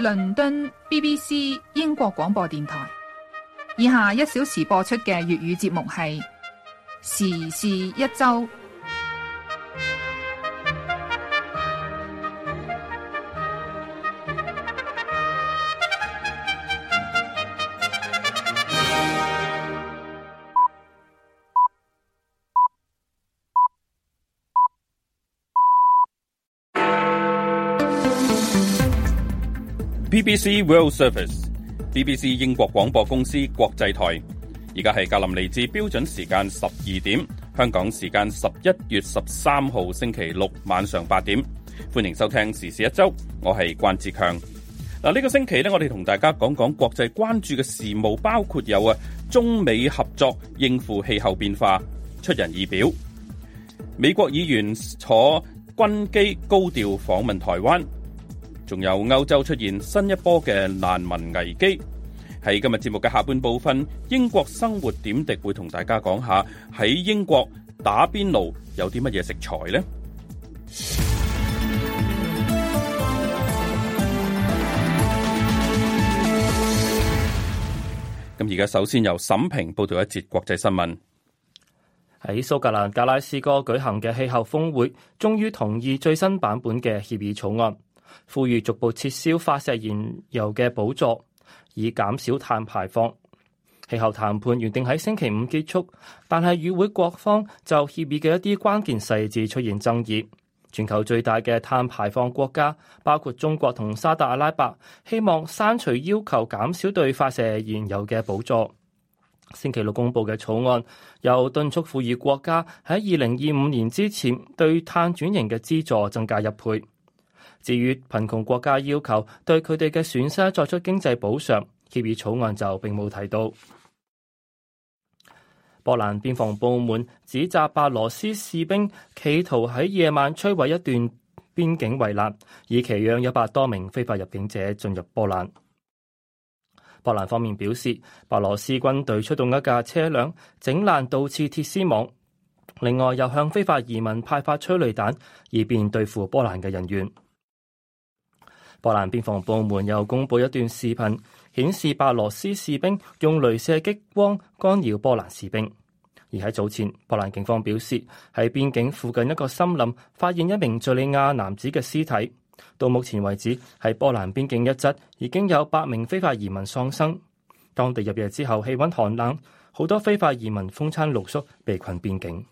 倫敦 BBC 英國廣播電台。以下1小時播出嘅粵語節目係時事一周。 BBC World Service，BBC 英國廣播公司國際台。而家係格林尼治標準時間12點，香港時間11月13號星期六晚上8點。歡迎收聽時事一周，我係關志強。嗱，呢個星期呢，我哋同大家講講國際關注嘅事務，包括有中美合作應付氣候變化出人意表，美國議員坐軍機高調訪問台灣。仲有歐洲出現新一波嘅難民危機。喺今日節目嘅下半部分，英國生活點滴會同大家講下喺英國打邊爐有啲乜嘢食材呢？咁而家首先由沈平報道一節國際新聞。 喺蘇格蘭格拉斯哥舉行嘅氣候峰會，終於同意最新版本嘅協議草案，呼籲逐步撤銷化石燃油嘅補助，以減少碳排放。氣候談判原定喺星期五結束，但係與會各方就協議嘅一啲關鍵細節出現爭議。全球最大嘅碳排放國家，包括中國同沙特阿拉伯，希望刪除要求減少對化石燃油嘅補助。星期六公佈嘅草案又敦促富裕國家喺2025年之前對碳轉型嘅資助增加1倍。至於貧窮國家要求對佢哋嘅損失作出經濟補償，協議草案就並冇提到。波蘭邊防部門指責白羅斯士兵企圖喺夜晚摧毀一段邊境圍欄，以期讓100多名非法入境者進入波蘭。波蘭方面表示，白羅斯軍隊出動一架車輛整爛倒刺鐵絲網，另外又向非法移民派發催淚彈，以便對付波蘭嘅人員。波蘭邊防部門又公布一段視頻，顯示白羅斯士兵用鐳射激光干擾波蘭士兵。而喺早前，波蘭警方表示喺邊境附近一個森林發現一名敘利亞男子嘅屍體。到目前為止，喺波蘭邊境一側已經有8名非法移民喪生。當地入夜之後氣溫寒冷，好多非法移民風餐露宿，被困邊境。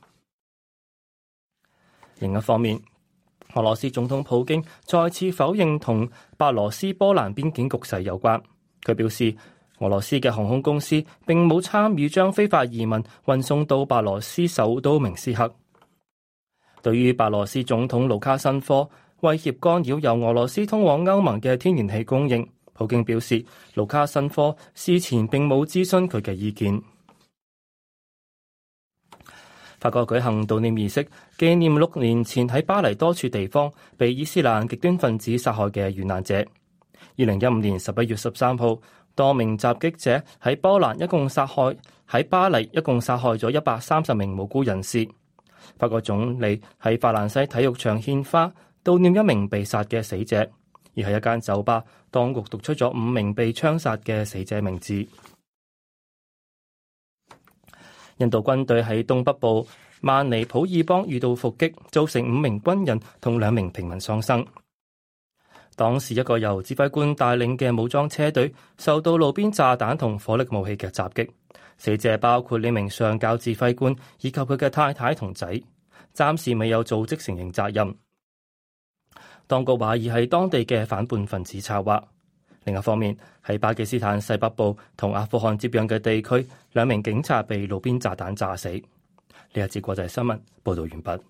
另一方面，俄羅斯總統普京再次否認同白羅斯波蘭邊境局勢有關。佢表示，俄羅斯嘅航空公司並冇參與將非法移民運送到白羅斯首都明斯克。對於白羅斯總統盧卡申科威脅干擾由俄羅斯通往歐盟嘅天然氣供應，普京表示，盧卡申科事前並冇諮詢佢嘅意見。法國舉行悼念儀式，紀念6年前喺巴黎多處地方被伊斯蘭極端分子殺害嘅遇難者。2015年11月13號，多名襲擊者喺巴黎一共殺害咗130名無辜人士。法國總理喺法蘭西體育場獻花，悼念1名被殺嘅死者。而喺一間酒吧，當局讀出咗5名被槍殺嘅死者名字。印度軍隊喺東北部曼尼普爾邦遇到伏擊，造成5名軍人同2名平民喪生。當時一個由指揮官帶領嘅武裝車隊受到路邊炸彈同火力武器嘅襲擊，死者包括呢名上校指揮官以及佢嘅太太同仔，暫時未有組織承認責任。當局懷疑係當地嘅反叛分子策劃。另一方面，喺巴基斯坦西北部同阿富汗接壤嘅地區，2名警察被路邊炸彈炸死。呢一節國際新聞報道完畢。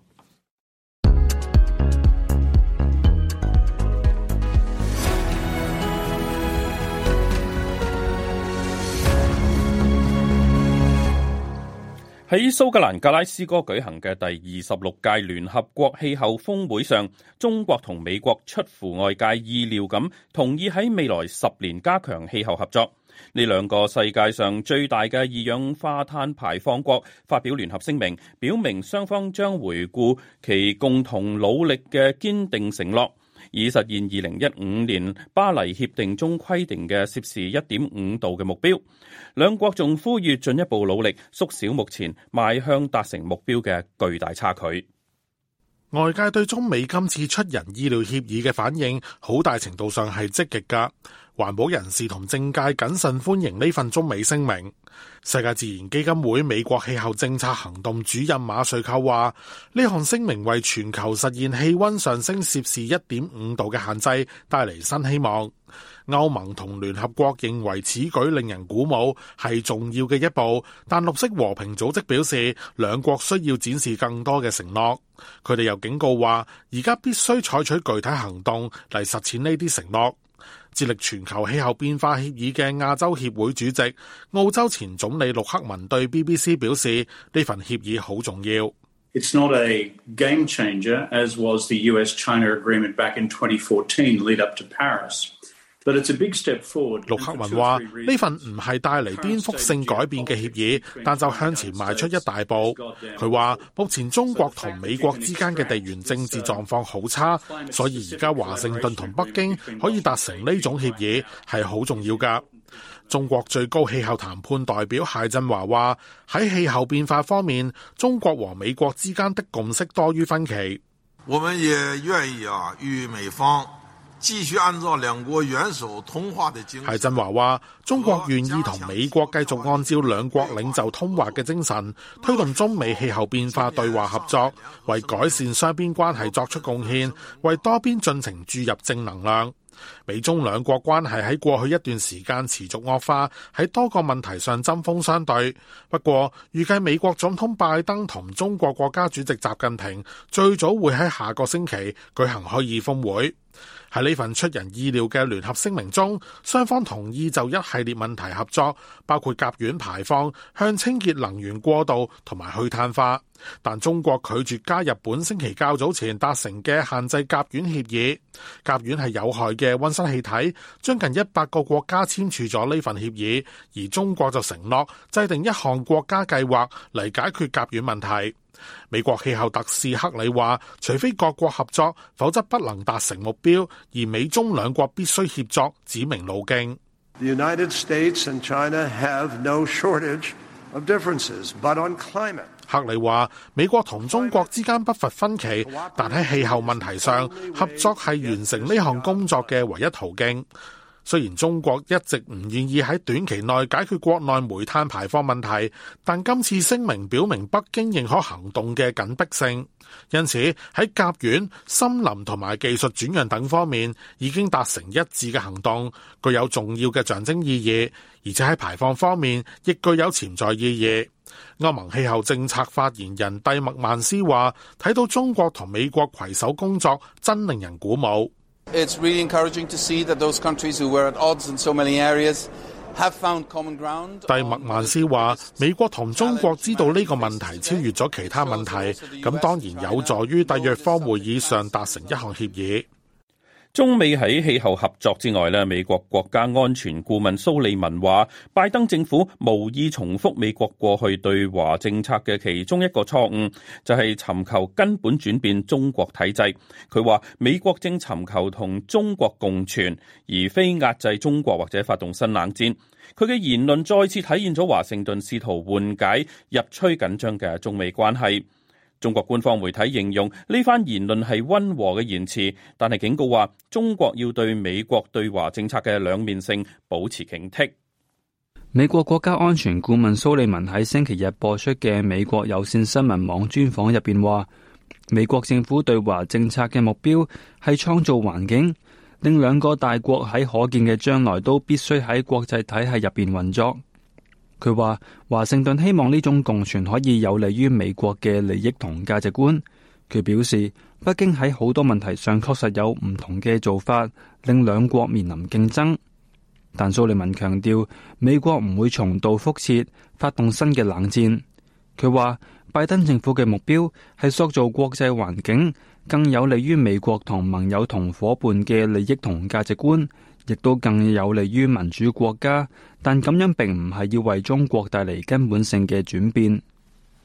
喺蘇格蘭格拉斯哥舉行嘅第26屆聯合國氣候峰會上，中國同美國出乎外界意料咁同意喺未來10年加強氣候合作。呢2個世界上最大嘅二氧化碳排放國發表聯合聲明，表明雙方將回顧其共同努力嘅堅定承諾， 以實現2015年巴黎協定中規定嘅攝氏 1.5 度嘅目標。兩國仲呼籲進一步努力縮小目前邁向達成目標嘅巨大差距。 外界對中美今次出人意料協議嘅反應，好大程度上係積極㗎。環保人士同政界謹慎歡迎呢份中美聲明。世界自然基金會美國氣候政策行動主任馬瑞寇話：呢項聲明為全球實現氣溫上升攝氏 1.5 度嘅限制帶嚟新希望。歐盟同聯合國認為此舉令人鼓舞，係重要嘅一步，但綠色和平組織表示，兩國需要展示更多嘅承諾。佢哋又警告話，而家必須採取具體行動嚟實踐呢啲承諾。致力全球氣候變化協議嘅亞洲協會主席、澳洲前總理陸克文對 BBC 表示，呢份協議好重要。 It's not a game changer, as was the US-China agreement back in 2014 lead up to Paris. But it's a big step forward. 陸克文話：呢份唔係帶嚟顛覆性改變嘅協議，但就向前邁出一大步。佢話：目前中國同美國之間嘅地緣政治狀況好差，所以而家華盛頓同北京可以達成呢種協議係好重要㗎。中國最高氣候談判代表謝振華話：喺氣候變化方面，中國和美國之間的共識多於分歧。 我們也願意與美方繼續按照兩國元首通話的精神。謝振華話：中國願意同美國繼續按照兩國領袖通話嘅精神，推動中美氣候變化對話合作，為改善雙邊關係作出貢獻，為多邊進程注入正能量。美中兩國關係喺過去一段時間持續惡化，喺多個問題上針鋒相對。不過，預計美國總統拜登同中國國家主席習近平最早會喺下個星期舉行虛擬峰會。喺呢份出人意料嘅聯合聲明中，雙方同意就一系列問題合作，包括甲烷排放、向清潔能源過渡同埋去碳化。但中國拒絕加入本星期較早前達成嘅限制甲烷協議。甲烷係有害嘅溫室氣體，將近100個國家簽署咗呢份協議，而中國就承諾制定一項國家計劃嚟解決甲烷問題。美國氣候特使克里話，除非各國合作，否則不能達成目標，而美中兩國必須協作，指明路徑。 The United States and China have no shortage of differences, but on climate. 克里話：美國同中國之間不乏分歧，但喺氣候問題上，合作係完成呢項工作嘅唯一途徑。雖然中國一直唔願意喺短期內解決國內煤炭排放問題，但今次聲明表明北京認可行動嘅緊迫性。因此喺甲烷、森林同埋技術轉讓等方面已經達成一致嘅行動，具有重要嘅象徵意義，而且喺排放方面亦具有潛在意義。歐盟氣候政策發言人蒂麥曼斯話：睇到中國同美國攜手工作，真令人鼓舞。 It's really encouraging to see that those countries who were at odds in so many areas have found common ground. 蒂麥曼斯話：美國同中國知道呢個問題超越咗其他問題，咁當然有助於締約方會議上達成一項協議。 中美喺氣候合作之外咧，美國國家安全顧問蘇利文話，拜登政府無意重複美國過去對華政策嘅其中一個錯誤，就係尋求根本轉變中國體制。佢話美國正尋求同中國共存，而非壓制中國或者發動新冷戰。佢嘅言論再次體現咗華盛頓試圖緩解日趨緊張嘅中美關係。中國官方媒體形容呢番言論係溫和嘅言辭，但係警告話中國要對美國對華政策嘅兩面性保持警惕。 美國國家安全顧問蘇利文喺星期日播出嘅美國有線新聞網專訪入邊話，美國政府對華政策嘅目標係創造環境，令兩個大國喺可見嘅將來都必須喺國際體系入邊運作。佢話華盛頓希望呢種共存可以有利於美國嘅利益同價值觀。佢表示，北京喺好多問題上確實有唔同嘅做法，令兩國面臨競爭。但蘇利文強調，美國唔會重蹈覆轍，發動新嘅冷戰。佢話，拜登政府嘅目標係塑造國際環境，更有利於美國同盟友同夥伴嘅利益同價值觀，亦都更有利於民主國家，但咁樣並唔係要為中國帶嚟根本性嘅轉變。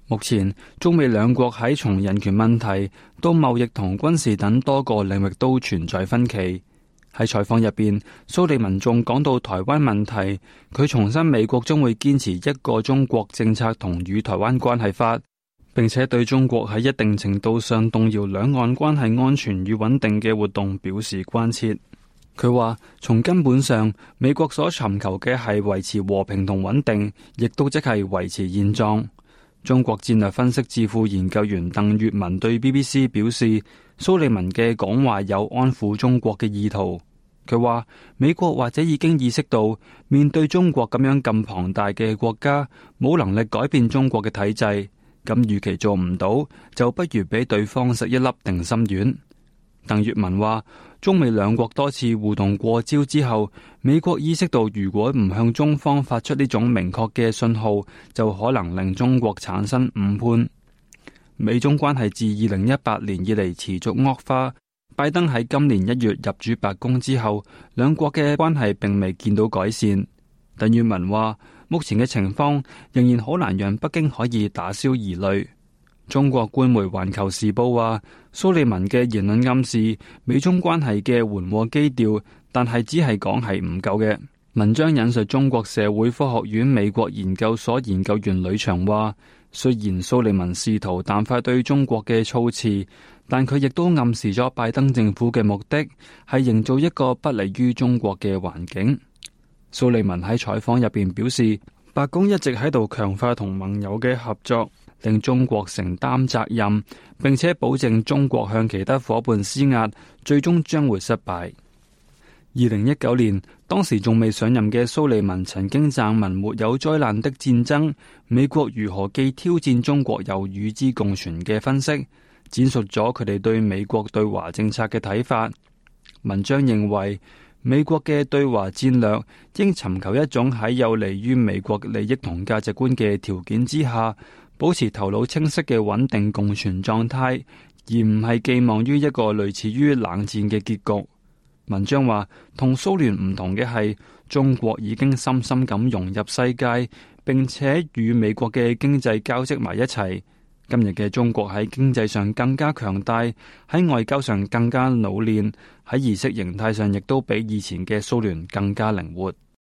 目前，中美兩國喺從人權問題到貿易同軍事等多個領域都存在分歧。喺採訪入邊，蘇利文仲講到台灣問題，佢重申美國將會堅持一個中國政策同與台灣關係法，並且對中國喺一定程度上動搖兩岸關係安全與穩定嘅活動表示關切。佢話，從根本上，美國所尋求嘅係維持和平同穩定，亦都即係維持現狀。中國戰略分析智庫研究員鄧月文對 BBC 表示，蘇利文嘅講話有安撫中國嘅意圖。佢話，美國或者已經意識到，面對中國咁樣咁龐大嘅國家，冇能力改變中國嘅體制，咁與其做唔到，就不如俾對方食一粒定心丸。鄧月文話，中美兩國多次互動過招之後，美國意識到如果唔向中方發出呢種明確嘅信號，就可能令中國產生誤判。美中關係自2018年以嚟持續惡化，拜登喺今年1月入主白宮之後，兩國嘅關係並未見到改善。鄧月文話，目前嘅情況仍然好難讓北京可以打消疑慮。中國官媒《環球時報》話，蘇利文嘅言論暗示美中關係嘅緩和基調，但係只係講係唔夠嘅。文章引述中國社會科學院美國研究所研究員呂祥話，雖然蘇利文試圖淡化對中國嘅措辭，但佢亦都暗示咗拜登政府嘅目的係營造一個不利於中國嘅環境。蘇利文喺採訪入邊表示，白宮一直喺度強化同盟友嘅合作，令中國承擔責任，並且保證中國向其他夥伴施壓，最終將會失敗。2019年，當時仲未上任嘅蘇利文曾經撰文沒有災難的戰爭，美國如何既挑戰中國又與之共存嘅分析，闡述咗佢哋對美國對華政策嘅睇法。文章認為，美國嘅對華戰略應尋求一種喺有利於美國利益同價值觀嘅條件之下，保持頭腦清晰嘅穩定共存狀態，而唔係寄望於一個類似於冷戰嘅結局。文章話，同蘇聯唔同嘅係，中國已經深深咁融入世界，並且與美國嘅經濟交織埋一齊。今日嘅中國喺經濟上更加強大，喺外交上更加老練，喺意識形態上亦都比以前嘅蘇聯更加靈活。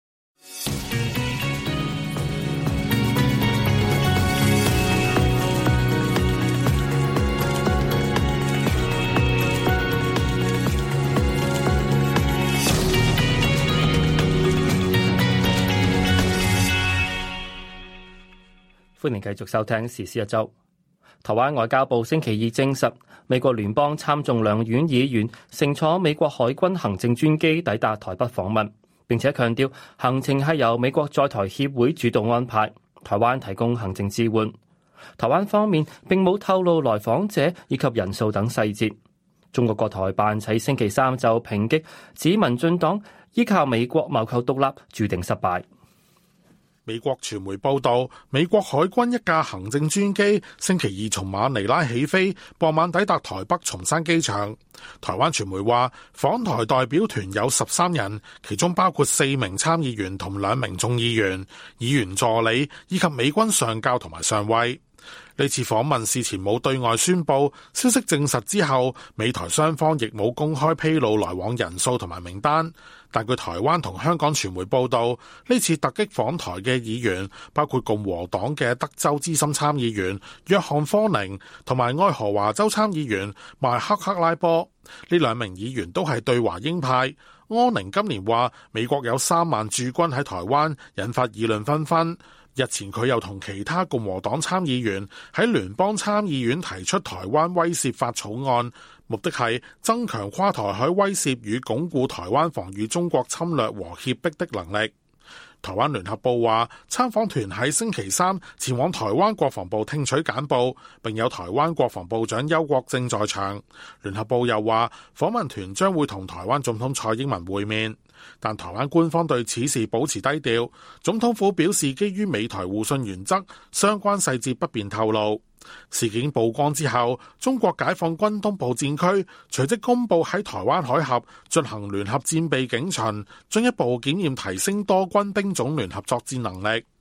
歡迎繼續收聽時事一周。台灣外交部星期二證實，美國聯邦參眾兩院議員乘坐美國海軍行政專機抵達台北訪問，並且強調行程係由美國在台協會主動安排，台灣提供行政支援。台灣方面並冇透露來訪者以及人數等細節。中國國台辦喺星期三就抨擊，指民進黨依靠美國謀求獨立，注定失敗。 美國傳媒報道，美國海軍一架行政專機星期二從馬尼拉起飛，傍晚抵達台北松山機場。台灣傳媒話，訪台代表團有13人，其中包括4名參議員同2名眾議員、議員助理以及美軍上校同埋上尉。呢次訪問事前冇對外宣佈，消息證實之後，美台雙方亦冇公開披露來往人數同埋名單。但據台灣同香港傳媒報道，呢次突擊訪台嘅議員包括共和黨嘅德州資深參議員約翰科寧同埋愛荷華州參議員邁克拉波。呢2名議員都係對華鷹派。柯寧今年話美國有3萬駐軍喺台灣，引發議論紛紛。日前佢又同其他共和黨參議員喺聯邦參議院提出台灣威懾法草案，目的係增強跨台海威懾與鞏固台灣防禦中國侵略和脅迫的能力。台灣聯合報話，參訪團喺星期三前往台灣國防部聽取簡報，並有台灣國防部長邱國正在場。聯合報又話，訪問團將會同台灣總統蔡英文會面。但台灣官方對此事保持低調，總統府表示基於美台互信原則，相關細節不便透露。事件曝光之後，中國解放軍東部戰區隨即公佈喺台灣海峽進行聯合戰備警巡，進一步檢驗提升多軍兵種聯合作戰能力。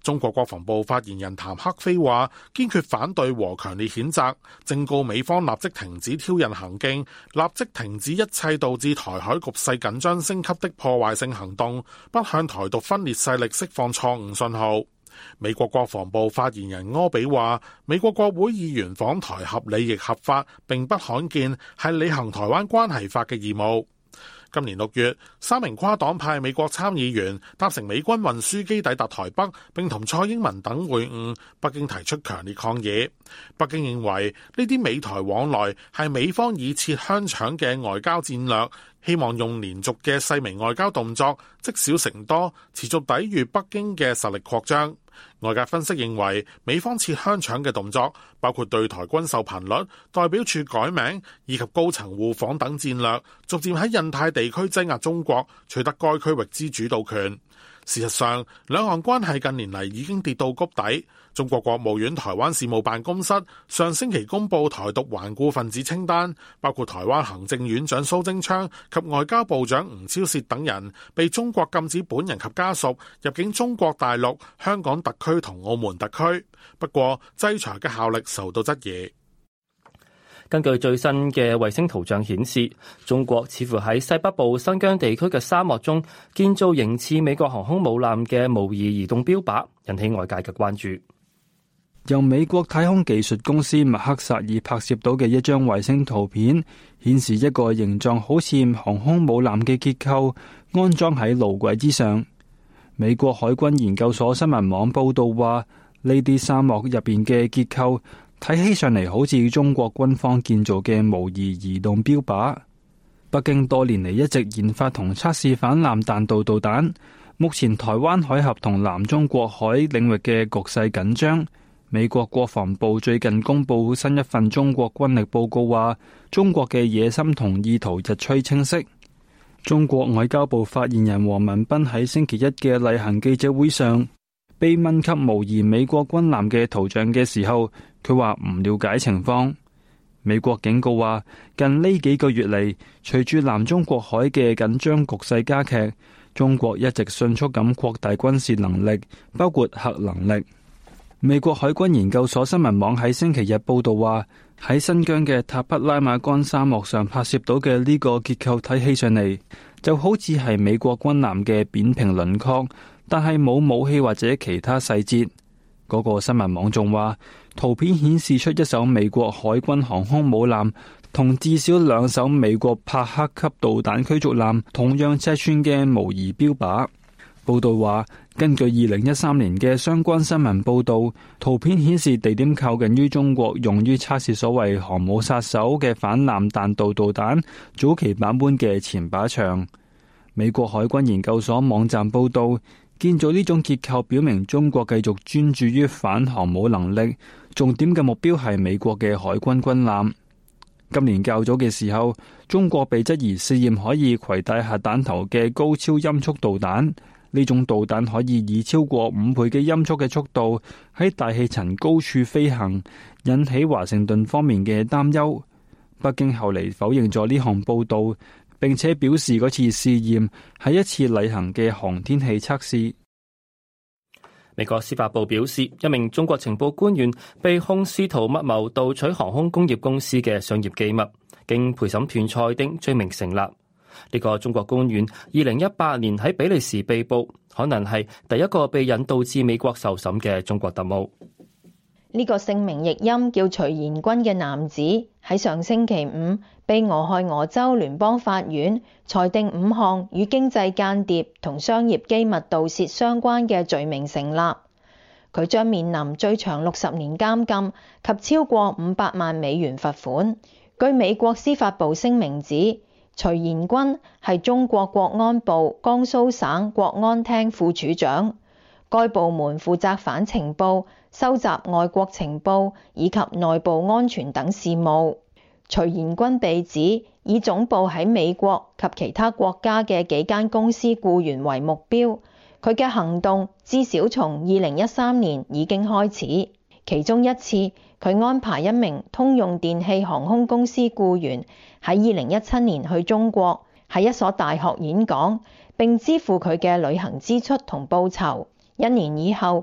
中國國防部發言人譚克非話，堅決反對和強烈譴責，正告美方立即停止挑釁行徑，立即停止一切導致台海局勢緊張升級的破壞性行動，不向台獨分裂勢力釋放錯誤信號。美國國防部發言人柯比話，美國國會議員訪台合理亦合法，並不罕見，係履行台灣關係法嘅義務。今年6月，3名跨黨派美國參議員搭乘美軍運輸機抵達台北，並同蔡英文等會晤。北京提出強烈抗議。北京認為呢啲美台往來係美方以切香腸嘅外交戰略，希望用連續嘅細微外交動作積少成多，持續抵禦北京嘅實力擴張。外界分析認為，美方切香腸嘅動作包括對台軍售頻率、代表處改名以及高層互訪等戰略，逐漸喺印太地區擠壓中國，取得該區域之主導權。事實上，兩岸關係近年嚟已經跌到谷底。中國國務院台灣事務辦公室上星期公布台獨頑固分子清單，包括台灣行政院長蘇貞昌及外交部長吳釗燮等人，被中國禁止本人及家屬入境中國大陸、香港特區同澳門特區。不過，制裁嘅效力受到質疑。 根據最新嘅衛星圖像顯示，中國似乎喺西北部新疆地區嘅沙漠中建造形似美國航空母艦嘅模擬移動標靶，引起外界嘅關注。 由美國太空技術公司麥克薩爾拍攝到嘅一張衛星圖片，顯示一個形狀好似航空母艦嘅結構安裝喺路軌之上。美國海軍研究所新聞網報道話，呢啲沙漠入邊嘅結構睇起上嚟好似中國軍方建造嘅模擬移動標靶。北京多年嚟一直研發同測試反艦彈道導彈。目前台灣海峽同南中國海領域嘅局勢緊張。美國國防部最近公布新一份中國軍力報告話，中國嘅野心同意圖日趨清晰。中國外交部發言人王文斌喺星期一嘅例行記者會上被問及模擬美國軍艦嘅圖像嘅時候，佢話唔了解情況。美國警告話，近呢幾個月嚟，隨住南中國海嘅緊張局勢加劇，中國一直迅速咁擴大軍事能力，包括核能力。美國海軍研究所新聞網喺星期日報道話，喺新疆嘅塔克拉瑪干沙漠上拍攝到嘅呢個結構睇起上嚟，就好似係美國軍艦嘅扁平輪廓，但係冇武器或者其他細節。嗰個新聞網仲話，圖片顯示出一艘美國海軍航空母艦同至少2艘美國帕克級導彈驅逐艦同樣尺寸嘅模擬標靶。報道話，根據2013年嘅相關新聞報道，圖片顯示地點靠近於中國用於測試所謂航母殺手嘅反艦彈道導彈早期版本嘅前靶場。美國海軍研究所網站報道，建造呢種結構表明中國繼續專注於反航母能力，重點嘅目標係美國嘅海軍軍艦。今年較早嘅時候，中國被質疑試驗可以攜帶核彈頭嘅高超音速導彈。呢種導彈可以以超過5倍嘅音速嘅速度喺大氣層高處飛行，引起華盛頓方面嘅擔憂。北京後嚟否認咗呢項報道，並且表示嗰次試驗係一次例行嘅航天器測試。 美國司法部表示，一名中國情報官員被控試圖密謀盜取航空工業公司嘅商業機密，經陪審團裁定罪名成立。呢個中國官員2018年喺比利時被捕，可能係第一個被引渡至美國受審嘅中國特務。 呢個姓名譯音叫徐延軍嘅男子喺上星期五被俄亥俄州聯邦法院裁定5項與經濟間諜同商業機密盜竊相關嘅罪名成立。佢將面臨最長60年監禁及超過500萬美元罰款。據美國司法部聲明指，徐延軍係中國國安部江蘇省國安廳副處長，該部門負責反情報、收集外國情報以及內部安全等事務。徐延軍被指以總部喺美國及其他國家嘅幾間公司僱員為目標，佢嘅行動至少從2013年已經開始。其中一次，佢安排一名通用電氣航空公司僱員喺2017年去中國，喺一所大學演講，並支付佢嘅旅行支出同報酬。1年以後，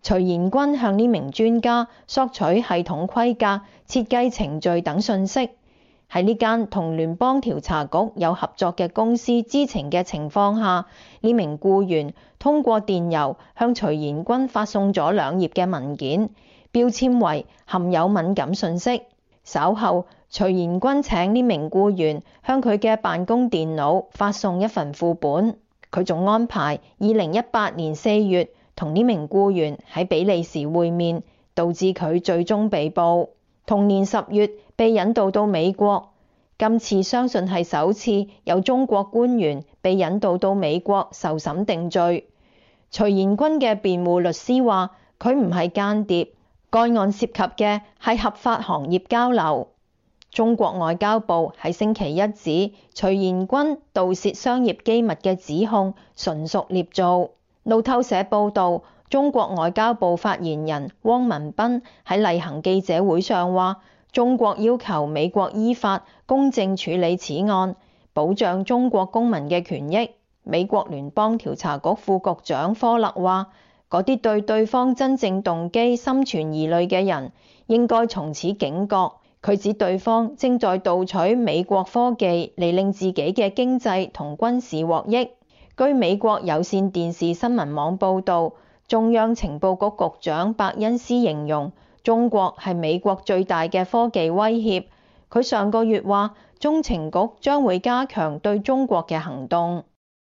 徐延軍向呢名專家索取系統規格、設計程序等信息。喺呢間同聯邦調查局有合作嘅公司知情嘅情況下，呢名僱員通過電郵向徐延軍發送咗2頁嘅文件，標籤為含有敏感信息。稍後，徐延軍請呢名僱員向佢嘅辦公電腦發送一份副本。佢仲安排2018年4月同呢名僱員喺比利時會面，導致佢最終被捕。同年10月被引渡到美國，今次相信係首次有中國官員被引渡到美國受審定罪。徐延軍嘅辯護律師話：佢唔係間諜，該案涉及嘅係合法行業交流。中國外交部喺星期一指徐延軍盜竊商業機密嘅指控純屬捏造。路透社報導，中國外交部發言人汪文斌喺例行記者會上話：中國要求美國依法公正處理此案，保障中國公民嘅權益。美國聯邦調查局副局長科勒話：嗰啲對對方真正動機心存疑慮嘅人，應該從此警覺。佢指對方正在盜取美國科技嚟令自己嘅經濟同軍事獲益。據美國有線電視新聞網報導，中央情報局局長伯恩斯形容中國係美國最大嘅科技威脅。佢上個月話，中情局將會加強對中國嘅行動。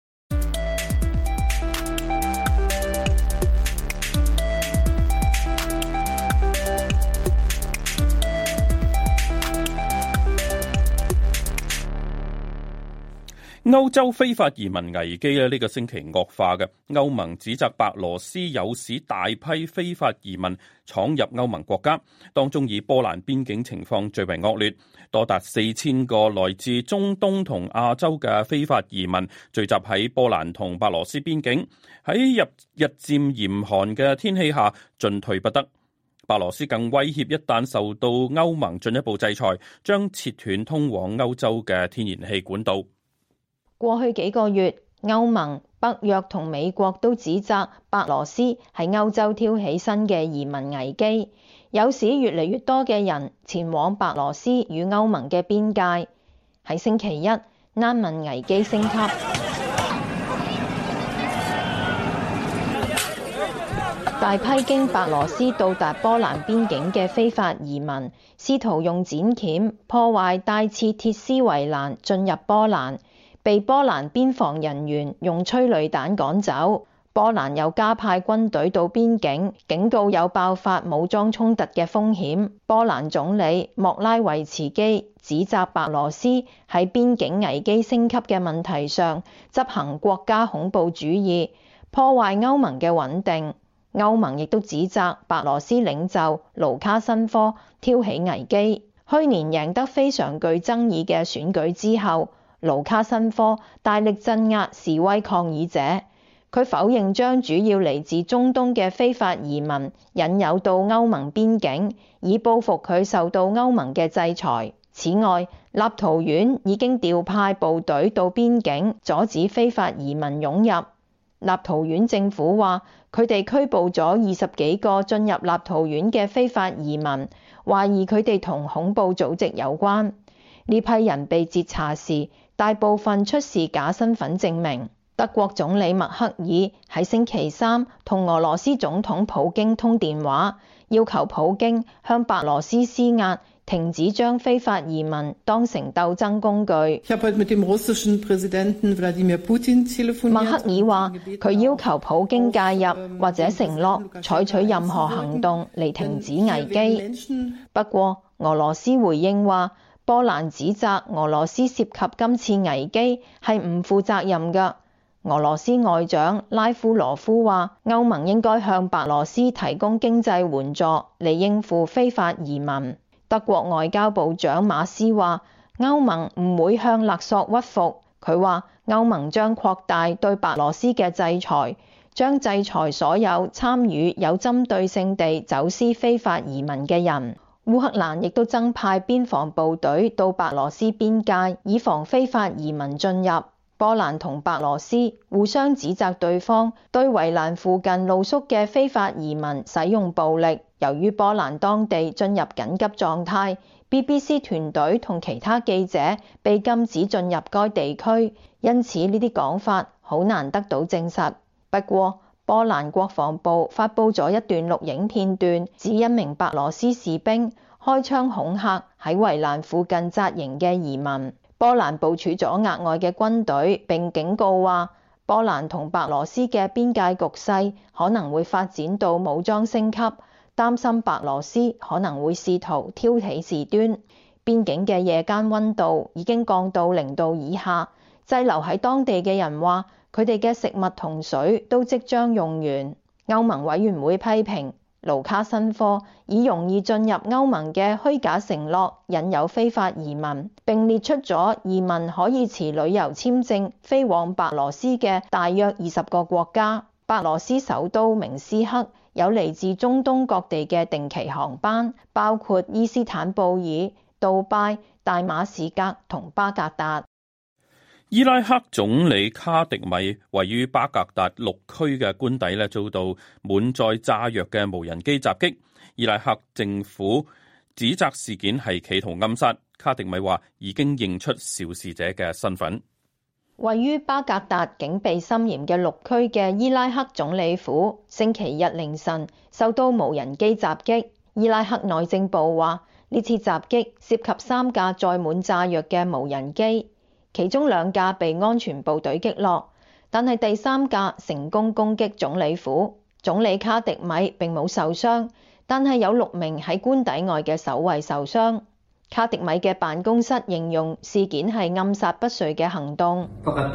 歐洲非法移民危機呢個星期惡化嘅，歐盟指責白羅斯誘使大批非法移民闖入歐盟國家，當中以波蘭邊境情況最為惡劣，多達4000個來自中東同亞洲嘅非法移民聚集喺波蘭同白羅斯邊境，喺日漸嚴寒嘅天氣下進退不得。白羅斯更威脅一旦受到歐盟進一步制裁，將切斷通往歐洲嘅天然氣管道。 過去幾個月，歐盟、北約同美國都指責白羅斯喺歐洲挑起新嘅移民危機，誘使越嚟越多嘅人前往白羅斯與歐盟嘅邊界。喺星期一，難民危機升級，大批經白羅斯到達波蘭邊境嘅非法移民，試圖用剪鉗破壞帶刺鐵絲圍欄進入波蘭，被波蘭邊防人員用催淚彈趕走。波蘭又加派軍隊到邊境，警告有爆發武裝衝突嘅風險。波蘭總理莫拉維茨基指責白羅斯喺邊境危機升級嘅問題上執行國家恐怖主義，破壞歐盟嘅穩定。歐盟亦都指責白羅斯領袖盧卡申科挑起危機。去年贏得非常具爭議嘅選舉之後，盧卡申科大力鎮壓示威抗議者，佢否認將主要嚟自中東嘅非法移民引誘到歐盟邊境，以報復佢受到歐盟嘅制裁。此外，立陶宛已經調派部隊到邊境，阻止非法移民湧入。立陶宛政府話，佢哋拘捕咗20幾個進入立陶宛嘅非法移民，懷疑佢哋同恐怖組織有關。呢批人被截查時，大部分出示假身份證明。德國總理默克爾喺星期三同俄羅斯總統普京通電話，要求普京向白羅斯施壓，停止將非法移民當成鬥爭工具。默克爾話，佢要求普京介入或者承諾採取任何行動嚟停止危機。不過，俄羅斯回應話，波蘭指責俄羅斯涉及今次危機係唔負責任㗎。俄羅斯外長拉夫羅夫話，歐盟應該向白羅斯提供經濟援助嚟應付非法移民。德國外交部長馬斯話，歐盟唔會向勒索屈服。佢話，歐盟將擴大對白羅斯嘅制裁，將制裁所有參與有針對性地走私非法移民嘅人。烏克蘭亦都增派邊防部隊到白羅斯邊界，以防非法移民進入。 波蘭同白羅斯互相指責對方對圍欄附近露宿嘅非法移民使用暴力。由於波蘭當地進入緊急狀態， BBC 團隊同其他記者被禁止進入該地區，因此呢啲講法好難得到證實。不過，波蘭國防部發布咗一段錄影片段，指一名白羅斯士兵開槍恐嚇喺圍欄附近紮營嘅移民。波蘭部署咗額外嘅軍隊，並警告話，波蘭同白羅斯嘅邊界局勢可能會發展到武裝升級，擔心白羅斯可能會試圖挑起事端。邊境嘅夜間溫度已經降到0度以下，滯留喺當地嘅人話，佢哋嘅食物同水都即將用完。歐盟委員會批評盧卡申科以容易進入歐盟嘅虛假承諾引誘非法移民，並列出咗移民可以持旅遊簽證飛往白羅斯嘅大約20個國家。白羅斯首都明斯克有嚟自中東各地嘅定期航班，包括伊斯坦布爾、杜拜、大馬士革同巴格達。 伊拉克總理卡迪米位於巴格達6區嘅官邸遭到滿載炸藥嘅無人機襲擊。伊拉克政府指責事件係企圖暗殺。卡迪米話已經認出肇事者嘅身份。 位於巴格達警備森嚴嘅6區嘅伊拉克總理府，星期日凌晨受到無人機襲擊。伊拉克內政部話，呢次襲擊涉及3架載滿炸藥嘅無人機。其中2架被安全部隊擊落，但係第3架成功攻擊總理府。總理卡迪米並冇受傷，但係有6名喺官邸外嘅守衛受傷。卡迪米嘅辦公室形容事件係暗殺不遂嘅行動。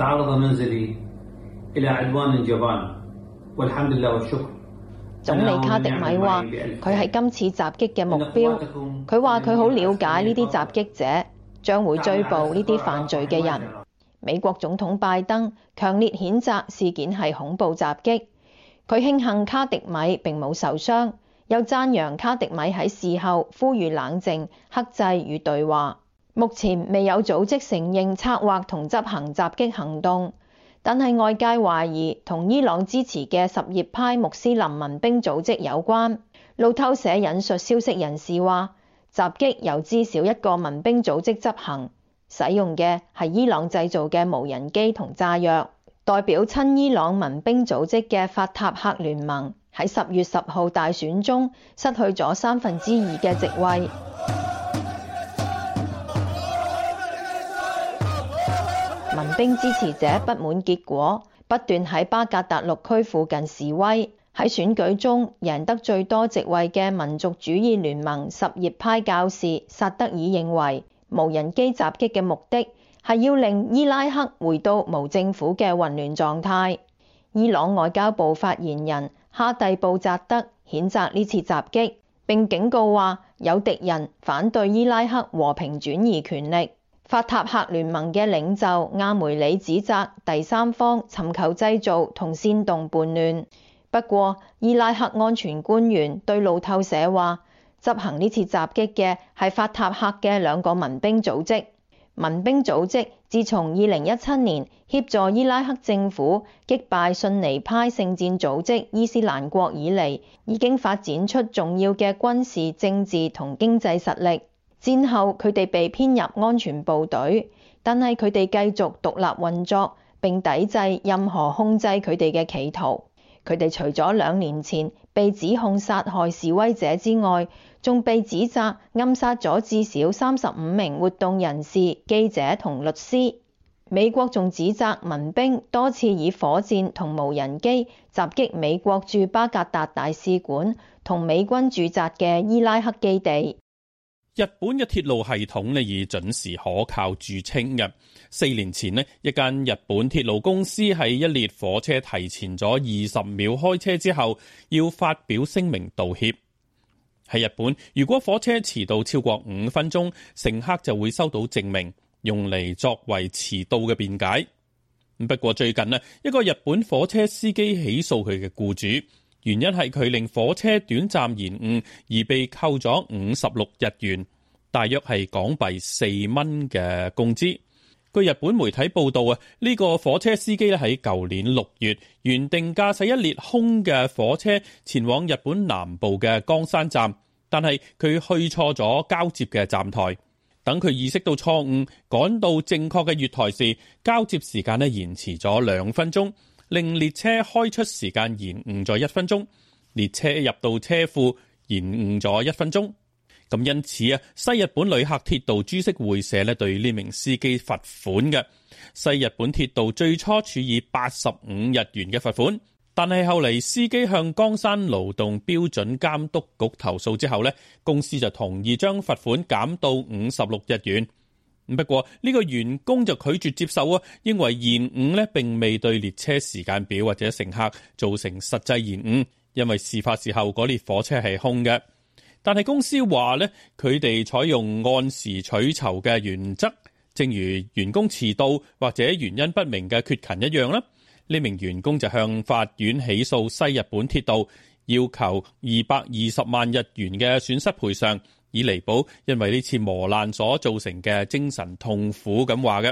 總理卡迪米話，佢係今次襲擊嘅目標。佢話佢好了解呢啲襲擊者，將會追捕呢啲犯罪嘅人。美國總統拜登強烈譴責事件係恐怖襲擊，佢慶幸卡迪米並冇受傷，又讚揚卡迪米喺事後呼籲冷靜、克制與對話。目前未有組織承認策劃同執行襲擊行動，但係外界懷疑同伊朗支持嘅什葉派穆斯林民兵組織有關。路透社引述消息人士話，襲擊由至少1個民兵組織執行，使用嘅係伊朗製造嘅無人機同炸藥。代表親伊朗民兵組織嘅法塔赫聯盟喺10月10號大選中失去咗2/3嘅席位。民兵支持者不滿結果，不斷喺巴格達6區附近示威。喺選舉中贏得最多席位嘅民族主義聯盟什葉派教士薩德爾認為，無人機襲擊嘅目的係要令伊拉克回到無政府嘅混亂狀態。伊朗外交部發言人哈蒂布扎德譴責呢次襲擊，並警告話有敵人反對伊拉克和平轉移權力。法塔赫聯盟嘅領袖阿梅里指責第三方尋求製造同煽動叛亂。不過，伊拉克安全官員對路透社話，執行呢次襲擊嘅係法塔赫嘅2個民兵組織。民兵組織自從2017年協助伊拉克政府擊敗遜尼派聖戰組織伊斯蘭國以嚟，已經發展出重要嘅軍事、政治同經濟實力。戰後佢哋被編入安全部隊，但係佢哋繼續獨立運作並抵制任何控制佢哋嘅企圖。佢哋除咗2年前被指控殺害示威者之外，仲被指責暗殺咗至少35名活動人士、記者同律師。美國仲指責民兵多次以火箭同無人機襲擊美國駐巴格達大使館同美軍駐紮嘅伊拉克基地。 日本嘅鐵路系統以準時可靠著稱嘅。4年前一間日本鐵路公司喺一列火車提前咗20秒開車之後，要發表聲明道歉。喺日本，如果火車遲到超過5分鐘，乘客就會收到證明，用嚟作為遲到嘅辯解。不過最近一個日本火車司機起訴佢嘅僱主，原因係佢令火車短暫延誤而被扣咗56日元，大約係港幣4蚊嘅工資。 據日本媒體報道啊，呢個火車司機咧喺舊年6月原定駕駛一列空嘅火車前往日本南部嘅岡山站，但係佢去錯咗交接嘅站台。等佢意識到錯誤，趕到正確嘅月台時，交接時間咧延遲咗2分鐘，令列車開出時間延誤咗1分鐘。列車入到車庫延誤咗1分鐘。咁因此啊，西日本旅客鐵道株式會社咧對呢名司機罰款嘅。西日本鐵道最初處以85日元嘅罰款，但係後嚟司機向岡山勞動標準監督局投訴之後咧，公司就同意將罰款減到56日元。不過呢個員工就拒絕接受啊，認為延誤咧並未對列車時間表或者乘客造成實際延誤，因為事發時候嗰列火車係空嘅。但係公司話咧，佢哋採用按時取酬嘅原則，正如員工遲到或者原因不明嘅缺勤一樣啦。呢名員工就向法院起訴西日本鐵道，要求220萬日元嘅損失賠償，以彌補因為呢次磨難所造成嘅精神痛苦咁話嘅。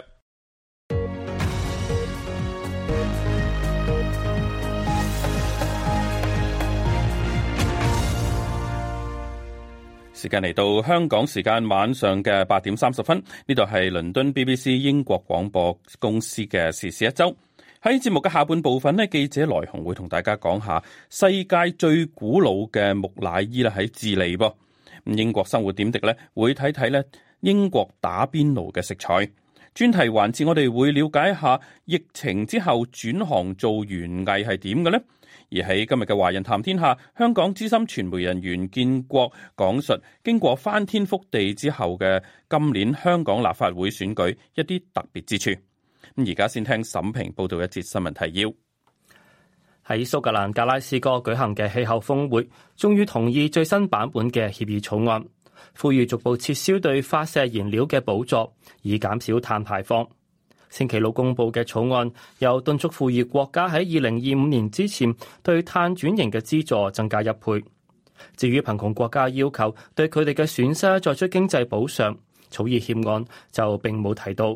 時間嚟到香港時間晚上嘅8點30分，呢度係倫敦 BBC 英國廣播公司嘅時事一周。喺節目嘅下半部分呢，記者來鴻會同大家講下世界最古老嘅木乃伊啦，喺智利噃。英國生活點滴呢會睇睇呢英國打邊爐嘅食材。專題環節我哋會了解一下疫情之後轉行做園藝係點嘅呢？而喺今日嘅華人談天下，香港資深傳媒人袁建國講述經過翻天覆地之後嘅今年香港立法會選舉一啲特別之處。咁而家先聽沈平報道一節新聞提要。 喺蘇格蘭格拉斯哥舉行嘅氣候峰會，終於同意最新版本嘅協議草案，呼籲逐步撤銷對化石燃料嘅補助，以減少碳排放。星期六公布嘅草案又敦促富裕國家喺2025年之前對碳轉型嘅資助增加1倍。至於貧窮國家要求對佢哋嘅損失作出經濟補償，草擬協案就並冇提到。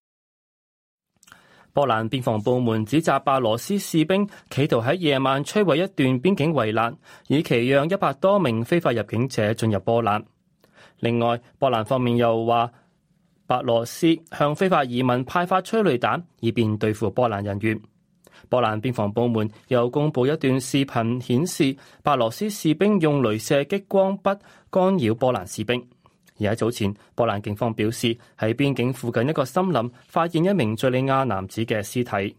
波蘭邊防部門指責白羅斯士兵企圖喺夜晚摧毀一段邊境圍欄，以期讓100多名非法入境者進入波蘭。另外，波蘭方面又話白羅斯向非法移民派發催淚彈，以便對付波蘭人員。波蘭邊防部門又公布一段視頻，顯示白羅斯士兵用鐳射激光筆干擾波蘭士兵。而喺早前，波蘭警方表示喺邊境附近一個森林發現一名敘利亞男子嘅屍體。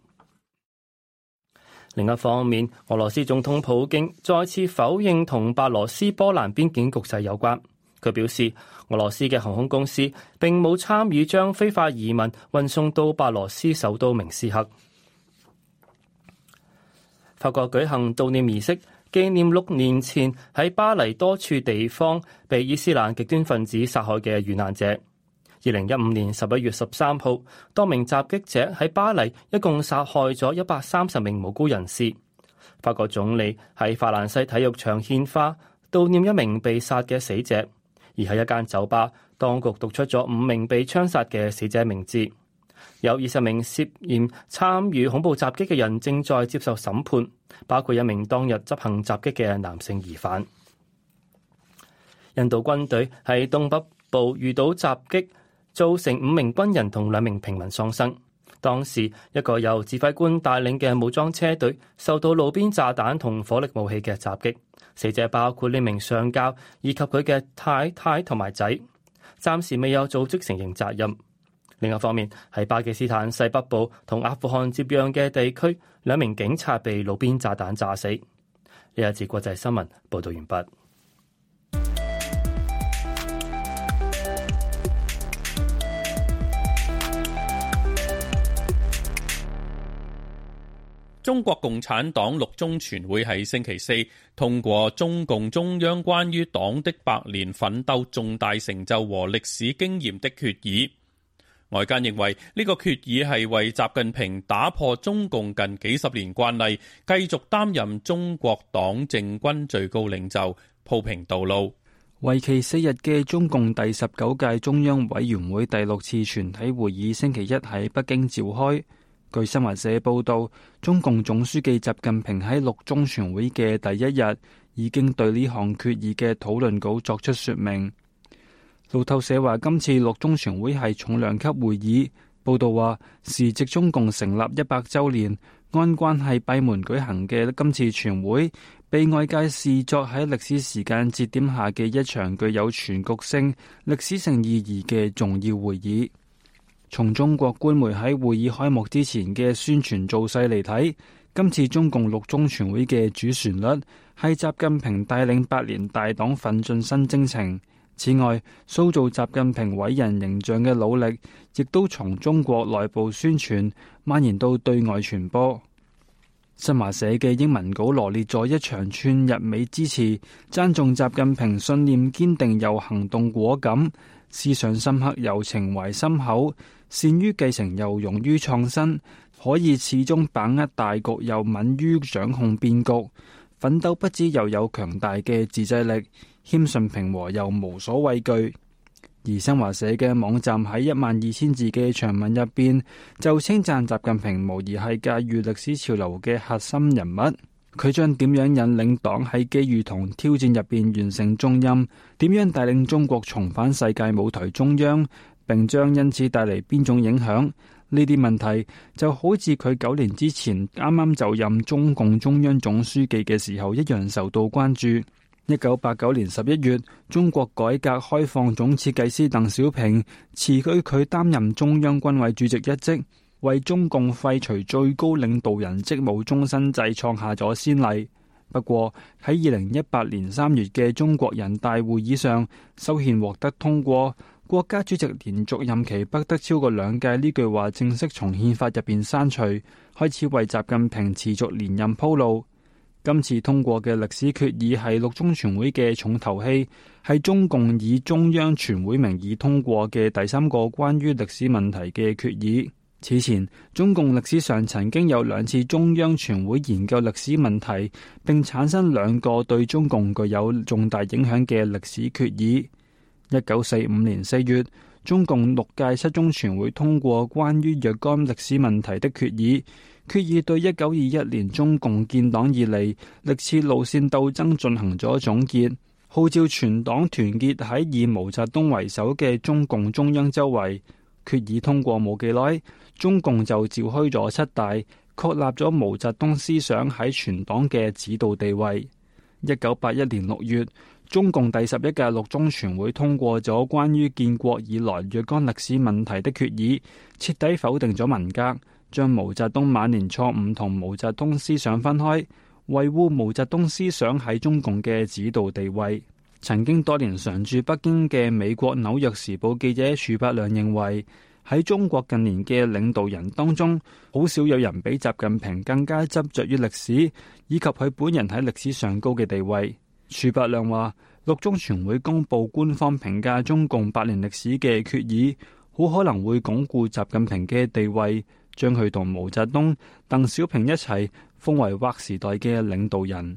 另一方面，俄羅斯總統普京再次否認同白羅斯波蘭邊境局勢有關。佢表示，俄羅斯嘅航空公司並冇參與將非法移民運送到白羅斯首都明斯克。法國舉行悼念儀式，紀念6年前喺巴黎多處地方被伊斯蘭極端分子殺害嘅遇難者。2015年11月13號，多名襲擊者喺巴黎一共殺害咗130名無辜人士。法國總理喺法蘭西體育場獻花，悼念一名被殺嘅死者。而喺一間酒吧，當局讀出咗5名被槍殺嘅死者名字。有20名涉嫌參與恐怖襲擊嘅人正在接受審判，包括一名當日執行襲擊嘅男性疑犯。印度軍隊喺東北部遇到襲擊，造成5名軍人同2名平民喪生。當時一個由指揮官帶領嘅武裝車隊受到路邊炸彈同火力武器嘅襲擊，死者包括呢名上校以及佢嘅太太同埋仔，暫時未有組織承認責任。另一方面，喺巴基斯坦西北部同阿富汗接壤嘅地區，2名警察被路邊炸彈炸死。呢一節國際新聞報道完畢。 中國共產黨6中全會喺星期4通過中共中央關於黨的百年奮鬥重大成就和歷史經驗的決議。外間認為呢個決議係為習近平打破中共近幾十年慣例，繼續擔任中國黨政軍最高領袖鋪平道路。 為期4日嘅中共第19屆中央委員會第6次全體會議星期一喺北京召開。據新華社報道，中共總書記習近平喺6中全會嘅第一日已經對呢項決議嘅討論稿作出說明。路透社話，今次6中全會係重量級會議。報道話，時值中共成立100週年，按慣係閉門舉行嘅今次全會，被外界視作喺歷史時間節點下嘅一場具有全局性、歷史性意義嘅重要會議。從中國官媒喺會議開幕之前嘅宣傳造勢嚟睇，今次中共6中全會嘅主旋律係習近平帶領百年大黨奮進新征程。此外，塑造習近平偉人形象嘅努力，亦都從中國內部宣傳蔓延到對外傳播。新華社嘅英文稿羅列咗一長串溢美之詞，讚頌習近平信念堅定又行動果敢，思想深刻又情懷深厚，善於繼承又勇於創新，可以始終把握大局又敏於掌控變局，奮鬥不止又有強大嘅自制力，謙遜平和又無所畏懼。而新華社嘅網站喺12000字嘅長文入邊，就稱讚習近平無疑係駕馭歷史潮流嘅核心人物。佢將點樣引領黨喺機遇同挑戰入邊完成重任，點樣帶領中國重返世界舞台中央，並將因此帶嚟邊種影響，呢啲問題就好似佢9年之前啱啱就任中共中央總書記嘅時候一樣受到關注。1989年11月，中國改革開放總設計師鄧小平辭去佢擔任中央軍委主席一職，為中共廢除最高領導人職務終身制創下咗先例。不過喺2018年3月嘅中國人大會議上，修憲獲得通過，國家主席連續任期不得超過2屆呢句話正式從憲法入邊刪除，開始為習近平持續連任鋪路。今次通過嘅歷史決議係6中全會嘅重頭戲，係中共以中央全會名義通過嘅第3個關於歷史問題嘅決議。此前，中共歷史上曾經有2次中央全會研究歷史問題，並產生2個對中共具有重大影響嘅歷史決議。1945年4月，中共6屆7中全會通過關於若干歷史問題的決議。決議對1921年中共建黨以嚟歷次路線鬥爭進行咗總結，號召全黨團結喺以毛澤東為首嘅中共中央周圍。決議通過冇幾耐，中共就召開咗7大，確立咗毛澤東思想喺全黨嘅指導地位。1981年6月，中共第11屆6中全會通過咗關於建國以來若干歷史問題的決議，徹底否定咗文革，將毛澤東晚年錯誤同毛澤東思想分開，維護毛澤東思想喺中共嘅指導地位。曾經多年常駐北京嘅美國紐約時報記者儲伯良認為，喺中國近年嘅領導人當中，好少有人比習近平更加執着於歷史，以及佢本人喺歷史上高嘅地位。儲伯良話，6中全會公佈官方評價中共100年歷史嘅決議，好可能會鞏固習近平嘅地位，將佢同毛澤東、鄧小平一齊封為劃時代嘅領導人。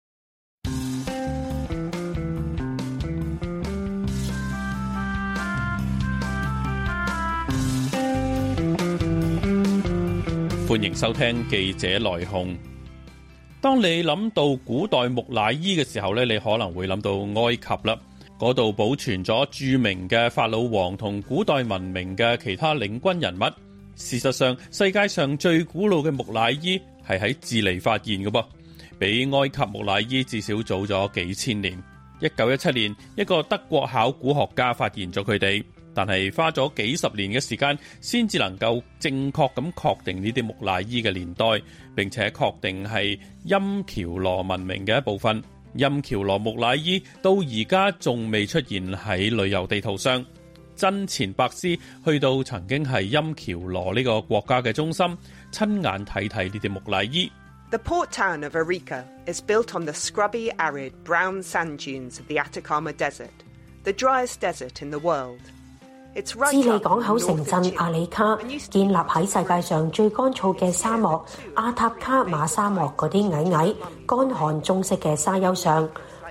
歡迎收聽記者來鴻。當你諗到古代木乃伊嘅時候呢，你可能會諗到埃及啦。嗰度保存咗著名嘅法老王同古代文明嘅其他領軍人物。事實上，世界上最古老嘅木乃伊係喺智利發現嘅噃，比埃及木乃伊至少早咗幾千年。1917年，一個德國考古學家發現咗佢哋，但係花咗幾十年嘅時間先至能夠正確咁確定呢啲木乃伊嘅年代，並且確定係陰喬羅文明嘅一部分。陰喬羅木乃伊到而家仲未出現喺旅遊地圖上。真錢伯斯去到曾經係陰喬羅呢個國家嘅中心，親眼睇睇呢啲木乃伊。 The port town of Arica is built on the scrubby, arid, brown sand dunes of the Atacama Desert, the driest desert in the world. 智利港口城鎮阿里卡建立喺世界上最乾燥嘅沙漠阿塔卡馬沙漠嗰啲矮乾旱棕色嘅沙丘上，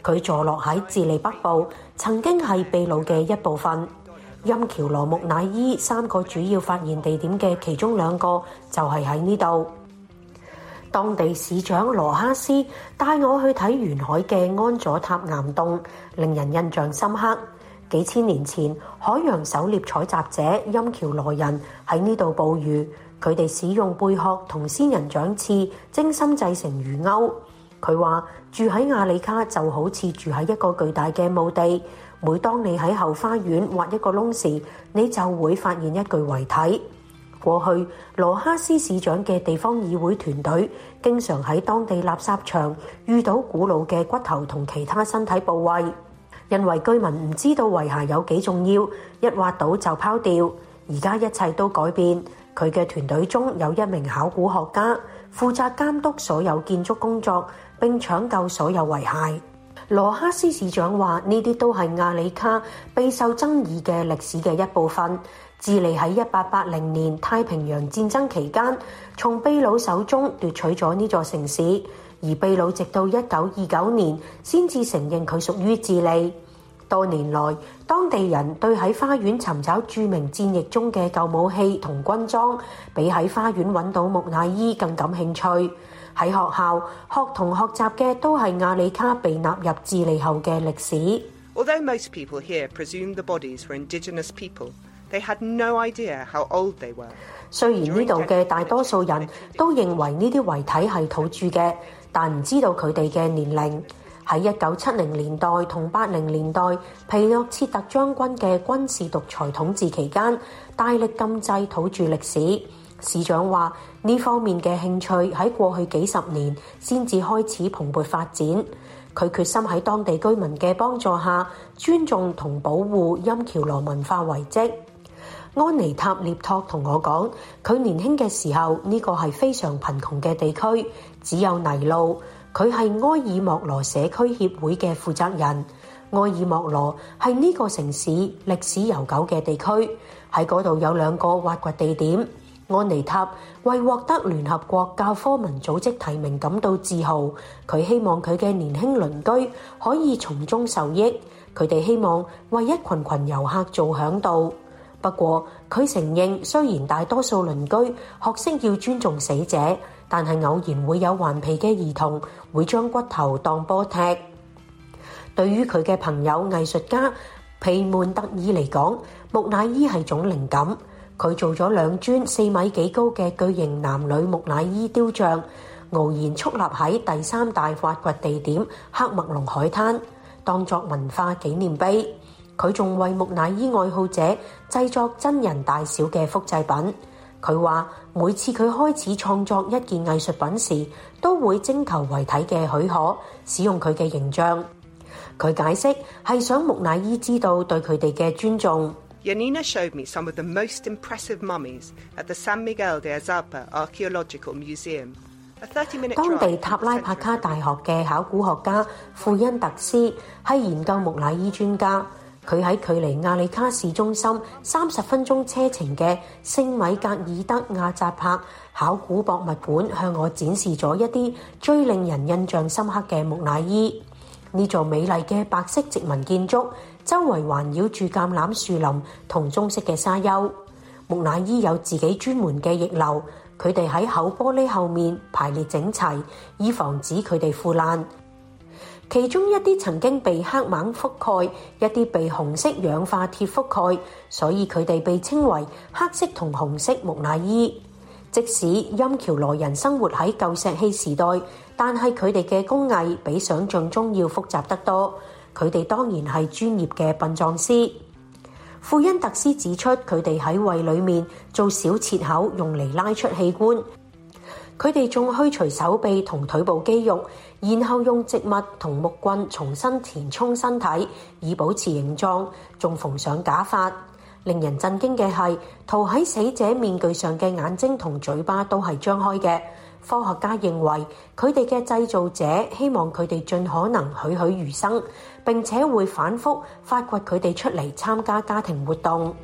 佢坐落喺智利北部，曾經係秘魯嘅一部分。陰喬羅木乃伊3個主要發現地點嘅其中2個就係喺呢度。當地市長羅哈斯帶我去睇沿海嘅安佐塔岩洞，令人印象深刻。幾千年前，海洋狩獵採集者陰喬羅人喺呢度捕魚，佢哋使用貝殼同仙人掌刺精心製成魚鈎。佢話住喺亞里卡就好似住喺一個巨大嘅墓地，每當你喺後花園挖一個窿時，你就會發現一具遺體。過去羅哈斯市長嘅地方議會團隊經常喺當地垃圾場遇到古老嘅骨頭同其他身體部位，因為居民唔知道遺骸有幾重要，一挖到就拋掉。而家一切都改變，佢嘅團隊中有一名考古學家負責監督所有建築工作並搶救所有遺骸。羅哈斯市長話呢啲都係亞里卡備受爭議嘅歷史嘅一部分。智利喺1880年太平洋戰爭期間從秘魯手中奪取咗呢座城市，而秘魯直到1929年先至承認佢屬於智利。多年來，當地人對喺花園尋找著名戰役中嘅舊武器同軍裝，比喺花園揾到木乃伊更感興趣。喺學校，學童學習嘅都係亞里卡被納入智利後嘅歷史。 Although most people here presume the bodies were indigenous people, they had no idea how old they were. 雖然呢度嘅大多數人都認為呢啲遺體係土著嘅，但唔知道佢哋嘅年齡。喺1970年代同80年代，皮諾切特將軍嘅軍事獨裁統治期間，大力禁制土著歷史。市長話呢方面嘅興趣喺過去幾十年先至開始蓬勃發展。佢決心喺當地居民嘅幫助下，尊重同保護陰喬羅文化遺跡。安妮塔涅托同我講，佢年輕嘅時候呢個係非常貧窮嘅地區，只有泥路。佢係埃爾莫羅社區協會嘅負責人。埃爾莫羅係呢個城市歷史悠久嘅地區，喺嗰度有2個挖掘地點。安妮塔為獲得聯合國教科文組織提名感到自豪，佢希望佢嘅年輕鄰居可以從中受益。佢哋希望為一群群遊客做響導。不過佢承認，雖然大多數鄰居學識要尊重死者，但係偶然會有頑皮嘅兒童會將骨頭當波踢。對於佢嘅朋友藝術家皮門特爾嚟講，木乃伊係種靈感。佢做咗2尊4米幾高嘅巨型男女木乃伊雕像，傲然矗立喺第3大挖掘地點喀麥隆海灘，當作文化紀念碑。佢仲為木乃伊愛好者製作真人大小嘅複製品。佢話每次佢開始創作一件藝術品時，都會徵求遺體嘅許可，使用佢嘅形象。佢解釋係想木乃伊知道對佢哋嘅尊重。 Yanina showed me some of the most impressive mummies at the San Miguel de Azapa Archaeological Museum. 當地塔拉帕卡大學嘅考古學家庫恩特斯係研究木乃伊專家。佢喺距離亞里卡市中心30分鐘車程嘅聖米格爾德亞扎柏考古博物館向我展示咗一啲最令人印象深刻嘅木乃伊。呢座美麗嘅白色殖民建築周圍環繞住橄欖樹林同棕色嘅沙丘。木乃伊有自己專門嘅翼流，佢哋喺厚玻璃後面排列整齊，以防止佢哋腐爛。其中一啲曾經被黑錳覆蓋，一啲被紅色氧化鐵覆蓋，所以佢哋被稱為黑色同紅色木乃伊。即使陰喬羅人生活喺舊石器時代，但係佢哋嘅工藝比想象中要複雜得多。佢哋當然係專業嘅殯葬師。庫恩特斯指出，佢哋喺胃裏面做小切口，用嚟拉出器官。佢哋仲去除手臂同腿部肌肉，然後用植物同木棍重新填充身體，以保持形狀，仲縫上假髮。令人震驚嘅係，塗喺死者面具上嘅眼睛同嘴巴都係張開嘅。科學家認為，佢哋嘅製造者希望佢哋盡可能栩栩如生，並且會反覆發掘佢哋出嚟參加家庭活動。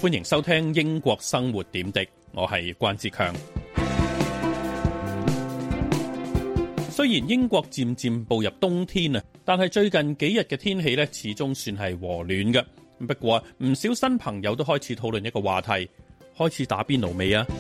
歡迎收聽英國生活點滴，我係關志強。雖然英國漸漸步入冬天啊，但係最近幾日嘅天氣咧，始終算係和暖嘅。不過唔少新朋友都開始討論一個話題，開始打邊爐未啊？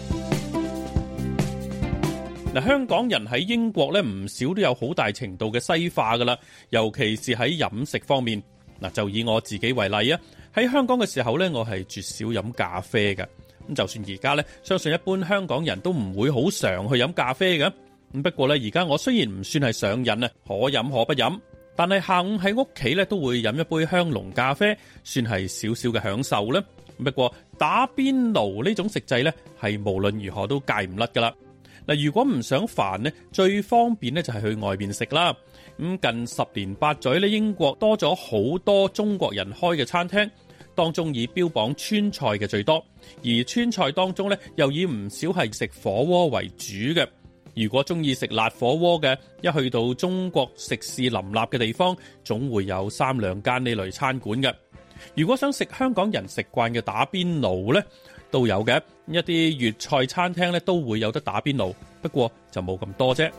嗱，香港人喺英國咧，唔少都有好大程度嘅西化噶啦，尤其是喺飲食方面。嗱，就以我自己為例啊，喺香港嘅時候咧，我係絕少飲咖啡嘅。咁就算而家咧，相信一般香港人都唔會好常去飲咖啡嘅。不過咧，而家我雖然唔算係上癮啊，可飲可不飲，但係下午喺屋企咧都會飲一杯香濃咖啡，算係少少嘅享受啦。不過打邊爐呢種食制咧，係無論如何都戒唔甩噶啦。嗱，如果唔想煩呢，最方便呢就係去外邊食啦。咁近10年八載咧，英國多咗好多中國人開嘅餐廳，當中以標榜川菜嘅最多，而川菜當中咧又以唔少係食火鍋為主嘅。如果中意食辣火鍋嘅，一去到中國食肆林立嘅地方，總會有3兩間呢類餐館嘅。如果想食香港人食慣嘅打邊爐呢，都有嘅。一啲粵菜餐廳呢都會有得打邊爐，不過就冇咁多啫。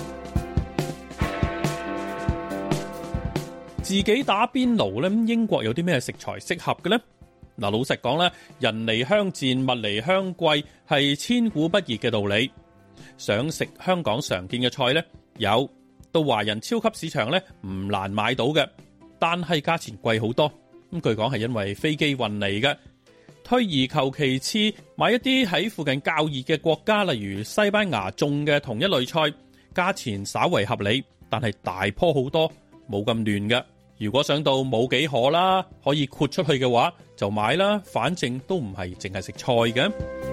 自己打邊爐呢，英國有啲咩食材適合嘅呢？嗱，老實講咧，人離鄉賤，物離鄉貴，係千古不易嘅道理。想食香港常見嘅菜呢，有到華人超級市場呢唔難買到嘅，但係價錢貴好多。咁據講係因為飛機運嚟嘅。推而求其次，買一啲喺附近較熱嘅國家，例如西班牙種嘅同一類菜，價錢稍為合理，但係大棵好多，冇咁嫩嘅。如果想到冇幾可啦，可以豁出去嘅話，就買啦，反正都唔係淨係食菜嘅。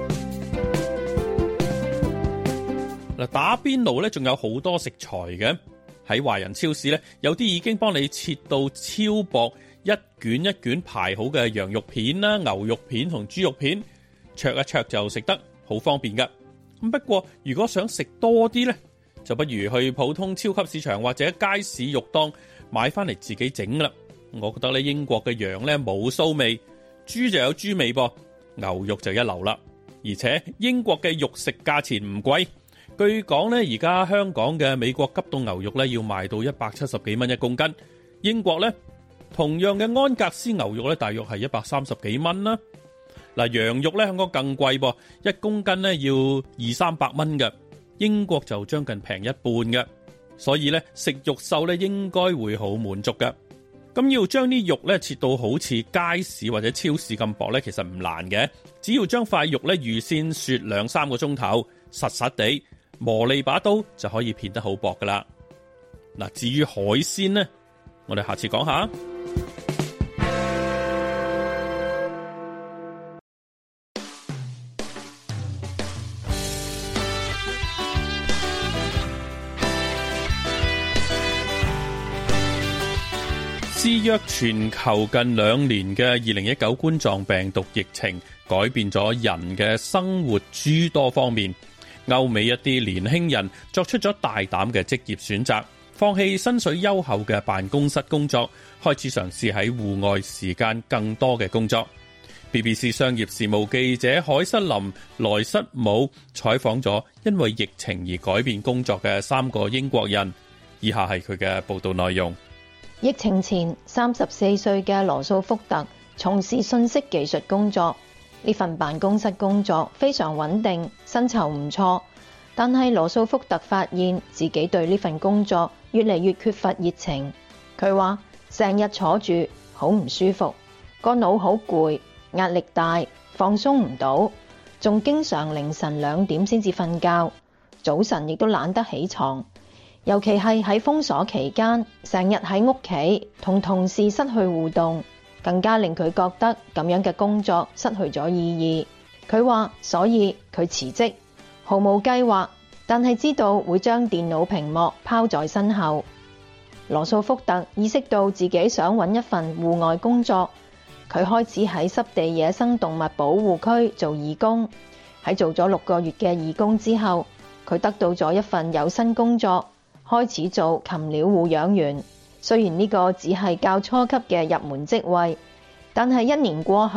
嗱，打邊爐咧，仲有好多食材嘅。喺華人超市咧，有啲已經幫你切到超薄，一卷一卷排好嘅羊肉片啦、牛肉片同豬肉片，灼一灼就食得，好方便噶。咁不過如果想食多啲呢，就不如去普通超級市場或者街市肉檔買翻嚟自己整啦。我覺得咧，英國嘅羊呢冇騷味，豬就有豬味噃，牛肉就一流啦。而且英國嘅肉食價錢唔貴。據講呢，而家香港嘅美國急凍牛肉呢要賣到170幾蚊一公斤，英國呢，同樣嘅安格斯牛肉呢大約係130幾蚊啦。嗱，羊肉呢香港更貴噃，一公斤呢要200-300蚊嘅，英國就將近平一半嘅。所以呢，食肉獸呢應該會好滿足嘅。咁要將啲肉呢切到好似街市或者超市咁薄呢，其實唔難嘅，只要將塊肉呢預先雪2-3個鐘頭，實實地磨利把刀就可以片得好薄噶啦。嗱，至於海鮮呢，我哋下次講下。肆虐全球近2年嘅2019冠狀病毒疫情，改變咗人嘅生活諸多方面。歐美一啲年輕人作出咗大膽嘅職業選擇，放棄薪水優厚嘅辦公室工作，開始嘗試喺戶外時間更多嘅工作。BBC 商業事務記者海瑟琳萊瑟姆採訪咗因為疫情而改變工作嘅3個英國人，以下係佢嘅報道內容。 疫情前，34歲嘅羅素福特從事信息技術工作。呢份辦公室工作非常穩定，薪酬唔錯，但係羅素福特發現自己對呢份工作越嚟越缺乏熱情。佢話成日坐住好唔舒服，個腦好攰，壓力大，放鬆唔到，仲經常凌晨2點先至瞓覺，早晨亦都懶得起床。尤其係喺封鎖期間，成日喺屋企同同事失去互動，更加令佢覺得咁樣嘅工作失去咗意義。佢話所以佢辭職，毫無計劃，但係知道會將電腦屏幕拋在身後。羅素福特意識到自己想揾一份戶外工作，佢開始喺濕地野生動物保護區做義工。喺做咗6個月嘅義工之後，佢得到咗一份有薪工作，開始做禽鳥護養員。雖然呢個只係較初級嘅入門職位，但係1年過後，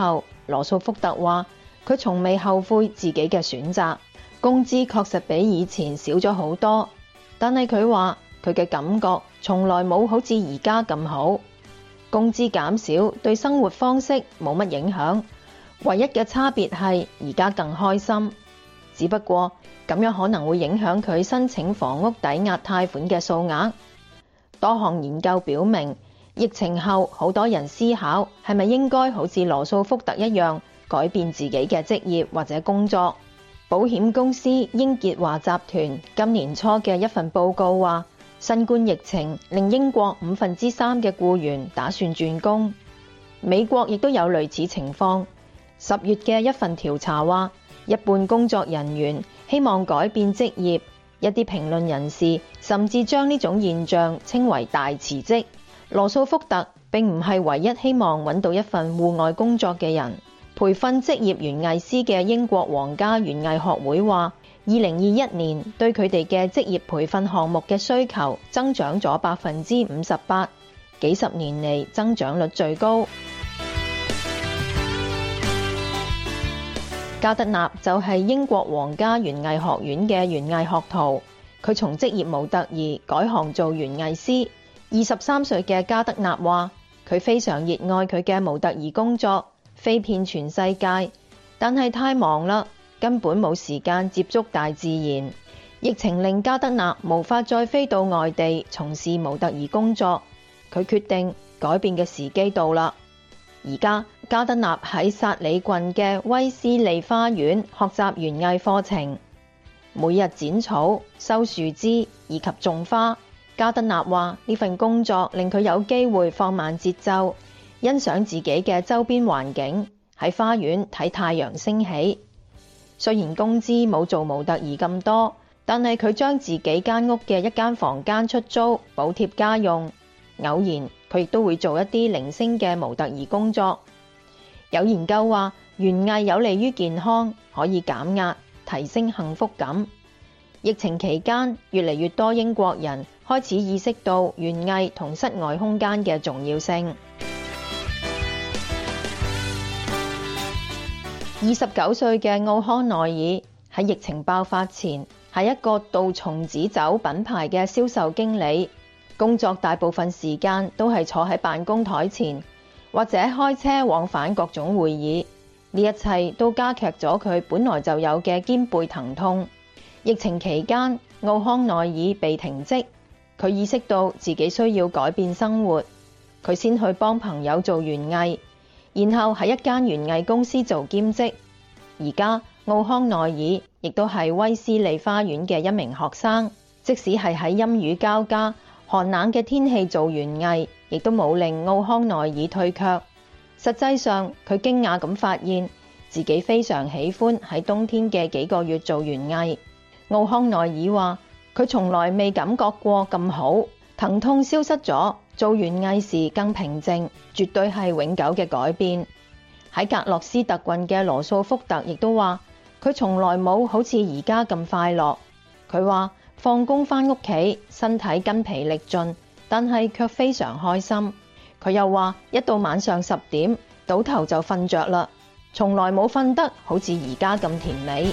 羅素福特話，佢從未後悔自己嘅選擇，工資確實比以前少咗好多，但係佢話佢嘅感覺從來冇好似而家咁好。工資減少對生活方式冇乜影響，唯一嘅差別係而家更開心。只不過咁樣可能會影響佢申請房屋抵押貸款嘅數額。多項研究表明，疫情後好多人思考係咪應該好似羅素福特一樣改變自己嘅職業或者工作。保險公司英傑華集團今年初嘅一份報告話，新冠疫情令英國3%嘅僱員打算轉工。美國亦都有類似情況。10月嘅一份調查話，一半工作人員希望改變職業，一啲評論人士甚至將呢種現象稱為大辭職。羅素福特並唔係唯一希望揾到一份戶外工作嘅人。培訓職業園藝師嘅英國皇家園藝學會話，2021年對佢哋嘅職業培訓項目嘅需求增長咗58%，幾十年嚟增長率最高。加德納就係英國皇家園藝學院嘅園藝學徒，佢從職業模特兒改行做園藝師。23歲嘅加德納話，佢非常熱愛佢嘅模特兒工作，飛遍全世界，但係太忙啦，根本冇時間接觸大自然。疫情令加德納無法再飛到外地從事模特兒工作，佢決定改變嘅時機到啦。而家加德納喺薩里郡嘅威斯利花園學習園藝課程，每日剪草、收樹枝以及種花。加德納話呢份工作令佢有機會放慢節奏，欣賞自己嘅周邊環境，喺花園睇太陽升起。雖然工資冇做模特兒咁多，但係佢將自己間屋嘅一間房間出租，補貼家用。偶然佢亦都會做一啲零星嘅模特兒工作。有研究話，園藝有利於健康，可以減壓，提升幸福感。疫情期間，越嚟越多英國人開始意識到園藝同室外空間嘅重要性。29歲嘅奧康內爾喺疫情爆發前係一個杜松子酒品牌嘅銷售經理，工作大部分時間都係坐喺辦公台前，或者開車往返各種會議。呢一切都加劇咗佢本來就有嘅肩背疼痛。疫情期間，奧康內爾被停職，佢意識到自己需要改變生活。佢先去幫朋友做園藝，然後喺一間園藝公司做兼職。而家奧康內爾亦都係威斯利花園嘅一名學生，即使係喺陰雨交加、寒冷嘅天氣做園藝，亦都冇令奧康內爾退卻。實際上，佢驚訝咁發現自己非常喜歡喺冬天嘅幾個月做園藝。奧康內爾話，佢從來未感覺過咁好，疼痛消失咗，做園藝時更平靜，絕對係永久嘅改變。喺格洛斯特郡嘅羅素福特亦都話，佢從來冇好似而家咁快樂。佢話放工返屋企，身體筋疲力盡，但係卻非常開心。佢又話一到晚上10點，倒頭就瞓着啦，從來冇瞓得好似而家咁甜美。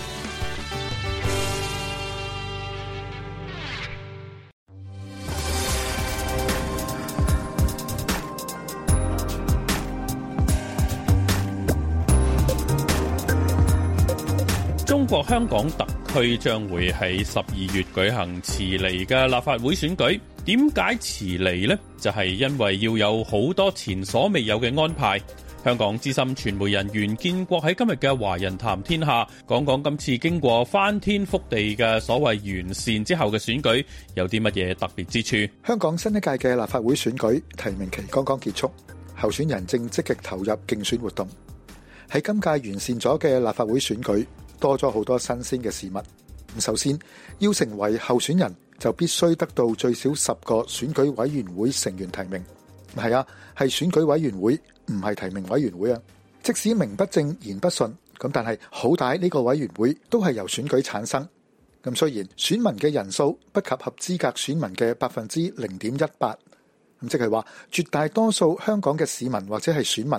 中國香港特區將會喺12月舉行遲嚟嘅立法會選舉。點解遲嚟呢？就係因為要有好多前所未有嘅安排。香港資深傳媒人袁建國喺今日嘅《華人談天下》講講今次經過翻天覆地嘅所謂完善之後嘅選舉有啲乜嘢特別之處。 香港新一屆嘅立法會選舉提名期剛剛結束，候選人正積極投入競選活動。喺今屆完善咗嘅立法會選舉，多咗好多新鮮嘅事物。首先，要成為候選人就必須得到最少10個選舉委員會成員提名。係啊，係選舉委員會，唔係提名委員會啊。即使名不正言不順，咁但係好歹呢個委員會都係由選舉產生。咁雖然選民嘅人數不及合資格選民嘅0.18%，咁即係話絕大多數香港嘅市民或者係選民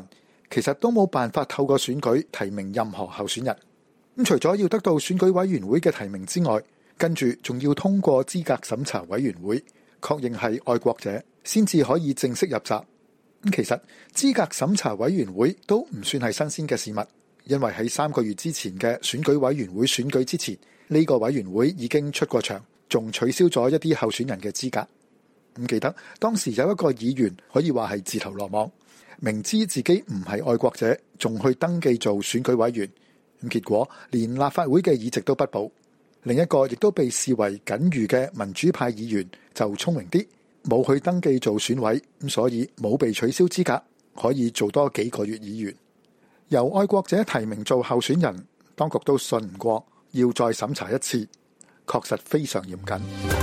其實都冇辦法透過選舉提名任何候選人。咁除咗要得到選舉委員會嘅提名之外，跟住仲要通過資格審查委員會確認係愛國者，先至可以正式入閘。咁其實資格審查委員會都唔算係新鮮嘅事物，因為喺3個月之前嘅選舉委員會選舉之前，呢個委員會已經出過場，仲取消咗一啲候選人嘅資格。咁記得當時有一個議員可以話係自投羅網，明知自己唔係愛國者，仲去登記做選舉委員，咁結果連立法會嘅議席都不保。另一個亦都被視為僅餘嘅民主派議員就聰明啲，冇去登記做選委，咁所以冇被取消資格，可以做多幾個月議員。由愛國者提名做候選人，當局都信唔過，要再審查一次，確實非常嚴謹。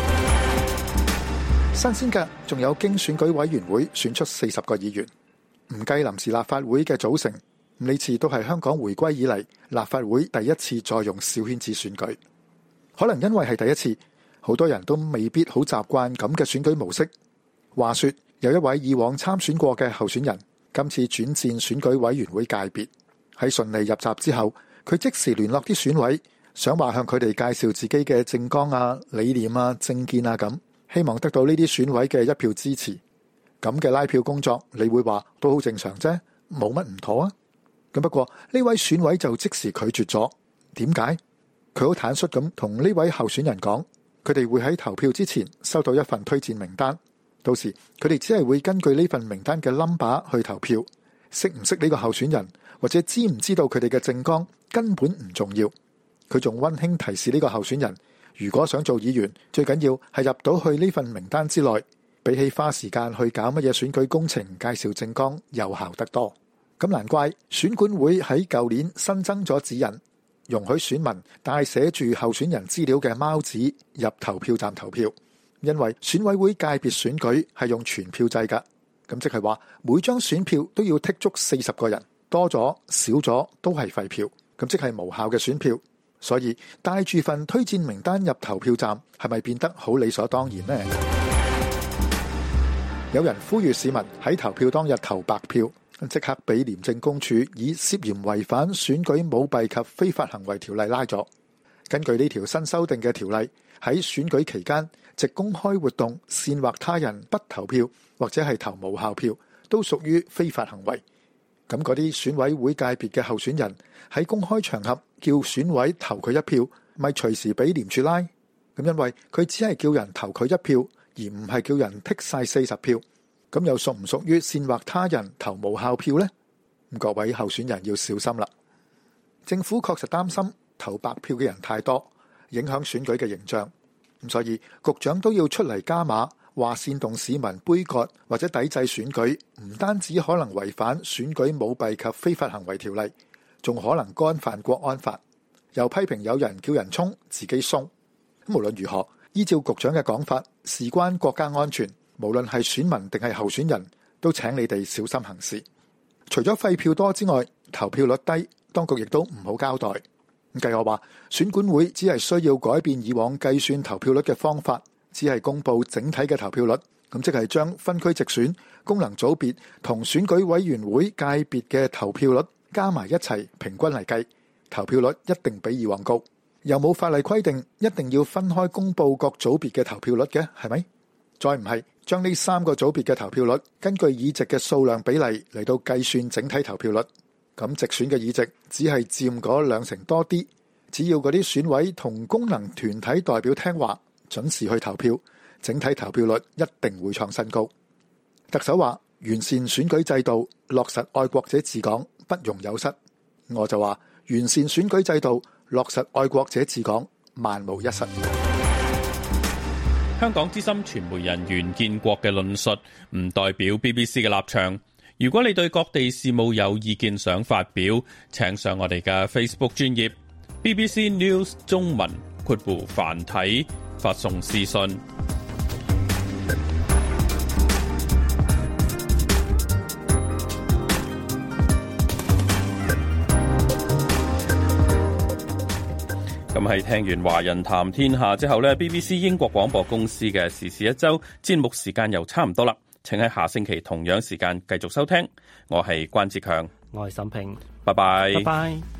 新鮮嘅仲有經選舉委員會選出40個議員，唔計臨時立法會嘅組成，呢次都係香港回歸以嚟立法會第一次再用小圈子選舉。可能因為係第一次，好多人都未必好習慣咁嘅選舉模式。話說有一位以往參選過嘅候選人，今次轉戰選舉委員會界別，喺順利入閘之後，佢即時聯絡啲選委，想話向佢哋介紹自己嘅政綱啊、理念啊、政見啊咁，希望得到呢啲選委嘅一票支持。咁嘅拉票工作，你會話都好正常啫，冇乜唔妥啊。咁不過呢位選委就即時拒絕咗。點解？佢好坦率咁同呢位候選人講，佢哋會喺投票之前收到一份推薦名單，到時佢哋只係會根據呢份名單嘅 number 去投票。識唔識呢個候選人或者知唔知道佢哋嘅政綱根本唔重要。佢仲溫馨提示呢個候選人，如果想做議員，最緊要係入到去呢份名單之內，比起花時間去搞乜嘢選舉工程介紹政綱有效得多。咁難怪選管會喺舊年新增咗指引，容許選民帶寫住候選人資料嘅貓紙入投票站投票，因為選委會界別選舉係用全票制㗎，咁即係話每張選票都要剔足40個人，多咗少咗都係廢票，咁即係無效嘅選票。所以帶住份推薦名單入投票站係咪變得好理所當然呢？有人呼籲市民喺投票當日投白票，即刻俾廉政公署以涉嫌違反選舉舞弊及非法行為條例拉咗。根據呢條新修訂嘅條例，喺選舉期間藉公開活動煽惑他人不投票或者係投無效票，都屬於非法行為。咁嗰啲選委會界別嘅候選人喺公開場合叫選委投佢一票，咪隨時俾廉署拉。咁因為佢只係叫人投佢一票，而唔係叫人剔晒40票，咁又屬唔屬於煽惑他人投無效票呢？各位候選人要小心啦。政府確實擔心投白票嘅人太多，影響選舉嘅形象，咁所以局長都要出嚟加碼，話煽動市民杯葛或者抵制選舉，唔單止可能違反選舉舞弊及非法行為條例，仲可能干犯國安法。又批評有人叫人衝，自己鬆。無論如何，依照局長嘅講法，事關國家安全，無論係選民定係候選人，都請你哋小心行事。除咗廢票多之外，投票率低，當局亦都唔好交代。計我話，選管會只係需要改變以往計算投票率嘅方法，只係公布整體嘅投票率，咁即係將分區直選、功能組別同選舉委員會界別嘅投票率加埋一齊，平均嚟計，投票率一定比以往高。又冇法例規定一定要分開公布各組別嘅投票率嘅，係咪？再唔係將呢3個組別嘅投票率根據議席嘅數量比例嚟到計算整體投票率，咁直選嘅議席只係佔嗰2成多啲。只要嗰啲選委同功能團體代表聽話，準時去投票，整體投票率一定會創新高。特首話完善選舉制度，落實愛國者治港，不容有失。我就話完善選舉制度，落實愛國者治港，萬無一失。 香港資深傳媒人袁建國嘅論述唔代表 BBC 嘅立場。如果你對各地事務有意見想發表，請上我哋嘅 Facebook 專頁 BBC News 中文括弧繁體發送私信。咁係聽完華人談天下之後呢， BBC 英國廣播公司嘅時事一周節目時間又差唔多啦，請喺下星期同樣時間繼續收聽。我係關志強， 我係沈平， 拜拜。 拜拜。